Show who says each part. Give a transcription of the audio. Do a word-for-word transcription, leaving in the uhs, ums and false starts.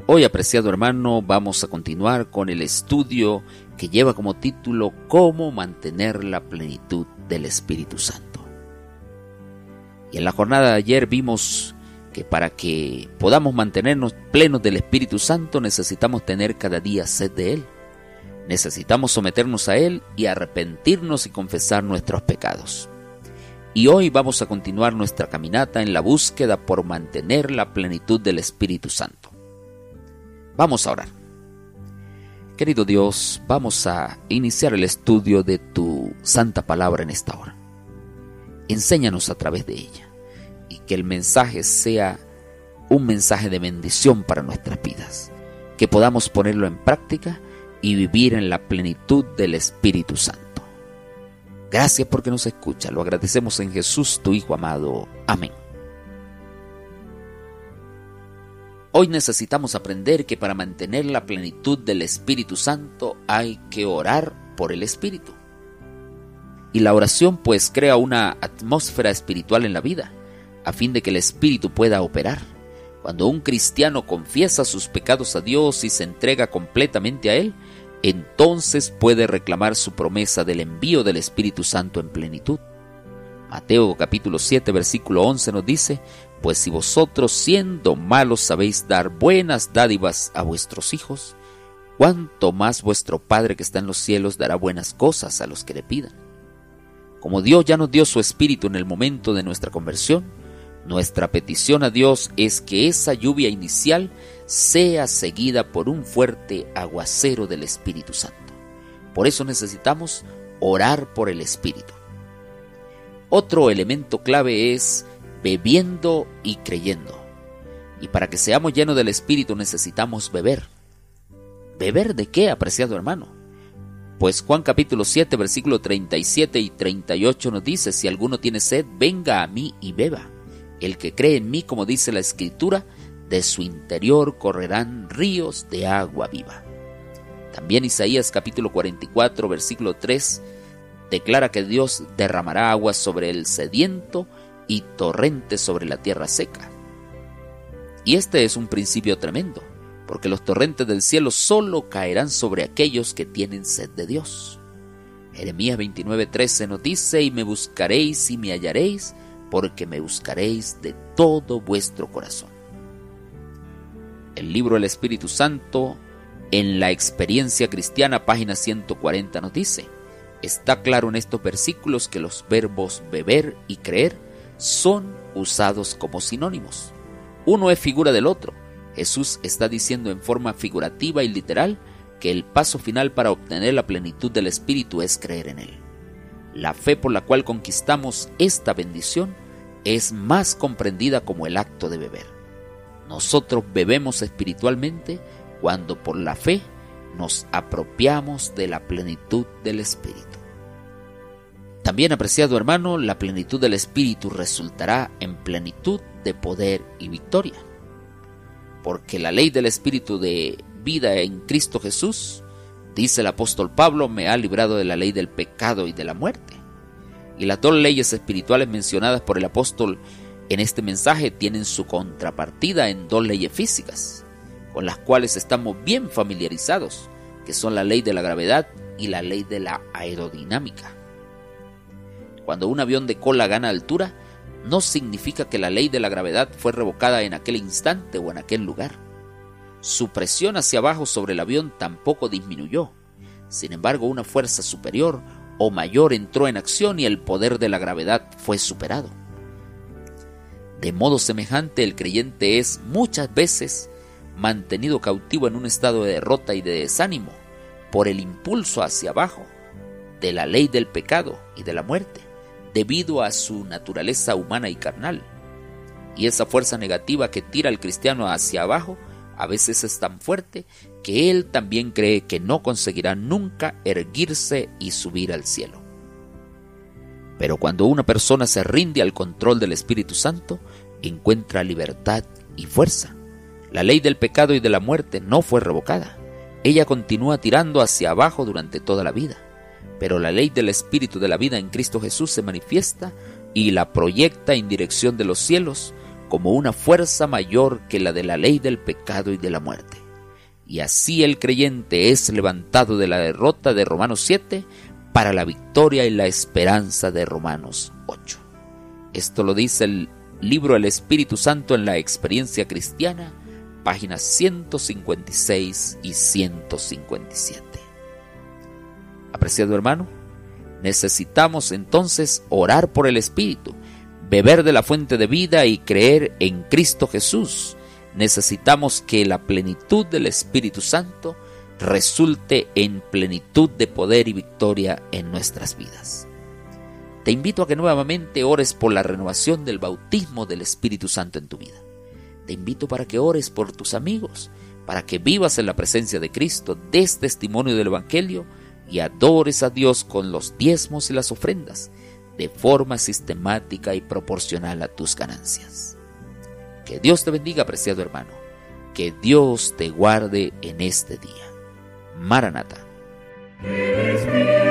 Speaker 1: Hoy, apreciado hermano, vamos a continuar con el estudio que lleva como título Cómo mantener la plenitud del Espíritu Santo. Y en la jornada de ayer vimos que para que podamos mantenernos plenos del Espíritu Santo necesitamos tener cada día sed de Él. Necesitamos someternos a Él y arrepentirnos y confesar nuestros pecados. Y hoy vamos a continuar nuestra caminata en la búsqueda por mantener la plenitud del Espíritu Santo. Vamos a orar. Querido Dios, vamos a iniciar el estudio de tu santa palabra en esta hora. Enséñanos a través de ella y que el mensaje sea un mensaje de bendición para nuestras vidas, que podamos ponerlo en práctica y vivir en la plenitud del Espíritu Santo. Gracias porque nos escucha, lo agradecemos en Jesús, tu Hijo amado. Amén. Hoy necesitamos aprender que para mantener la plenitud del Espíritu Santo hay que orar por el Espíritu. Y la oración pues crea una atmósfera espiritual en la vida, a fin de que el Espíritu pueda operar. Cuando un cristiano confiesa sus pecados a Dios y se entrega completamente a Él, entonces puede reclamar su promesa del envío del Espíritu Santo en plenitud. Mateo capítulo siete versículo once nos dice: pues si vosotros siendo malos sabéis dar buenas dádivas a vuestros hijos, cuánto más vuestro Padre que está en los cielos dará buenas cosas a los que le pidan. Como Dios ya nos dio su Espíritu en el momento de nuestra conversión, nuestra petición a Dios es que esa lluvia inicial sea seguida por un fuerte aguacero del Espíritu Santo. Por eso necesitamos orar por el Espíritu. Otro elemento clave es bebiendo y creyendo. Y para que seamos llenos del Espíritu necesitamos beber. ¿Beber de qué, apreciado hermano? Pues Juan capítulo siete, versículo treinta y siete y treinta y ocho nos dice: si alguno tiene sed, venga a mí y beba. El que cree en mí, como dice la Escritura, de su interior correrán ríos de agua viva. También Isaías capítulo cuarenta y cuatro, versículo tres, declara que Dios derramará agua sobre el sediento y torrentes sobre la tierra seca. Y este es un principio tremendo, porque los torrentes del cielo solo caerán sobre aquellos que tienen sed de Dios. Jeremías veintinueve, trece nos dice: y me buscaréis y me hallaréis, porque me buscaréis de todo vuestro corazón. El libro del Espíritu Santo, en la experiencia cristiana, página ciento cuarenta, nos dice: está claro en estos versículos que los verbos beber y creer son usados como sinónimos. Uno es figura del otro. Jesús está diciendo en forma figurativa y literal que el paso final para obtener la plenitud del Espíritu es creer en Él. La fe por la cual conquistamos esta bendición es más comprendida como el acto de beber. Nosotros bebemos espiritualmente cuando por la fe nos apropiamos de la plenitud del Espíritu. También, apreciado hermano, la plenitud del Espíritu resultará en plenitud de poder y victoria. Porque la ley del Espíritu de vida en Cristo Jesús, dice el apóstol Pablo, me ha librado de la ley del pecado y de la muerte. Y las dos leyes espirituales mencionadas por el apóstol en este mensaje tienen su contrapartida en dos leyes físicas, con las cuales estamos bien familiarizados, que son la ley de la gravedad y la ley de la aerodinámica. Cuando un avión de cola gana altura, no significa que la ley de la gravedad fue revocada en aquel instante o en aquel lugar. Su presión hacia abajo sobre el avión tampoco disminuyó. Sin embargo, una fuerza superior o mayor entró en acción y el poder de la gravedad fue superado. De modo semejante, el creyente es muchas veces mantenido cautivo en un estado de derrota y de desánimo por el impulso hacia abajo de la ley del pecado y de la muerte, debido a su naturaleza humana y carnal. Y esa fuerza negativa que tira al cristiano hacia abajo a veces es tan fuerte que él también cree que no conseguirá nunca erguirse y subir al cielo. Pero cuando una persona se rinde al control del Espíritu Santo, encuentra libertad y fuerza. La ley del pecado y de la muerte no fue revocada. Ella continúa tirando hacia abajo durante toda la vida. Pero la ley del Espíritu de la vida en Cristo Jesús se manifiesta y la proyecta en dirección de los cielos, como una fuerza mayor que la de la ley del pecado y de la muerte. Y así el creyente es levantado de la derrota de Romanos siete para la victoria y la esperanza de Romanos ocho. Esto lo dice el libro El Espíritu Santo en la experiencia cristiana, páginas ciento cincuenta y seis y ciento cincuenta y siete. Apreciado hermano, necesitamos entonces orar por el Espíritu, beber de la fuente de vida y creer en Cristo Jesús. Necesitamos que la plenitud del Espíritu Santo resulte en plenitud de poder y victoria en nuestras vidas. Te invito a que nuevamente ores por la renovación del bautismo del Espíritu Santo en tu vida. Te invito para que ores por tus amigos, para que vivas en la presencia de Cristo, des testimonio del Evangelio y adores a Dios con los diezmos y las ofrendas, de forma sistemática y proporcional a tus ganancias. Que Dios te bendiga, apreciado hermano. Que Dios te guarde en este día. Maranatha.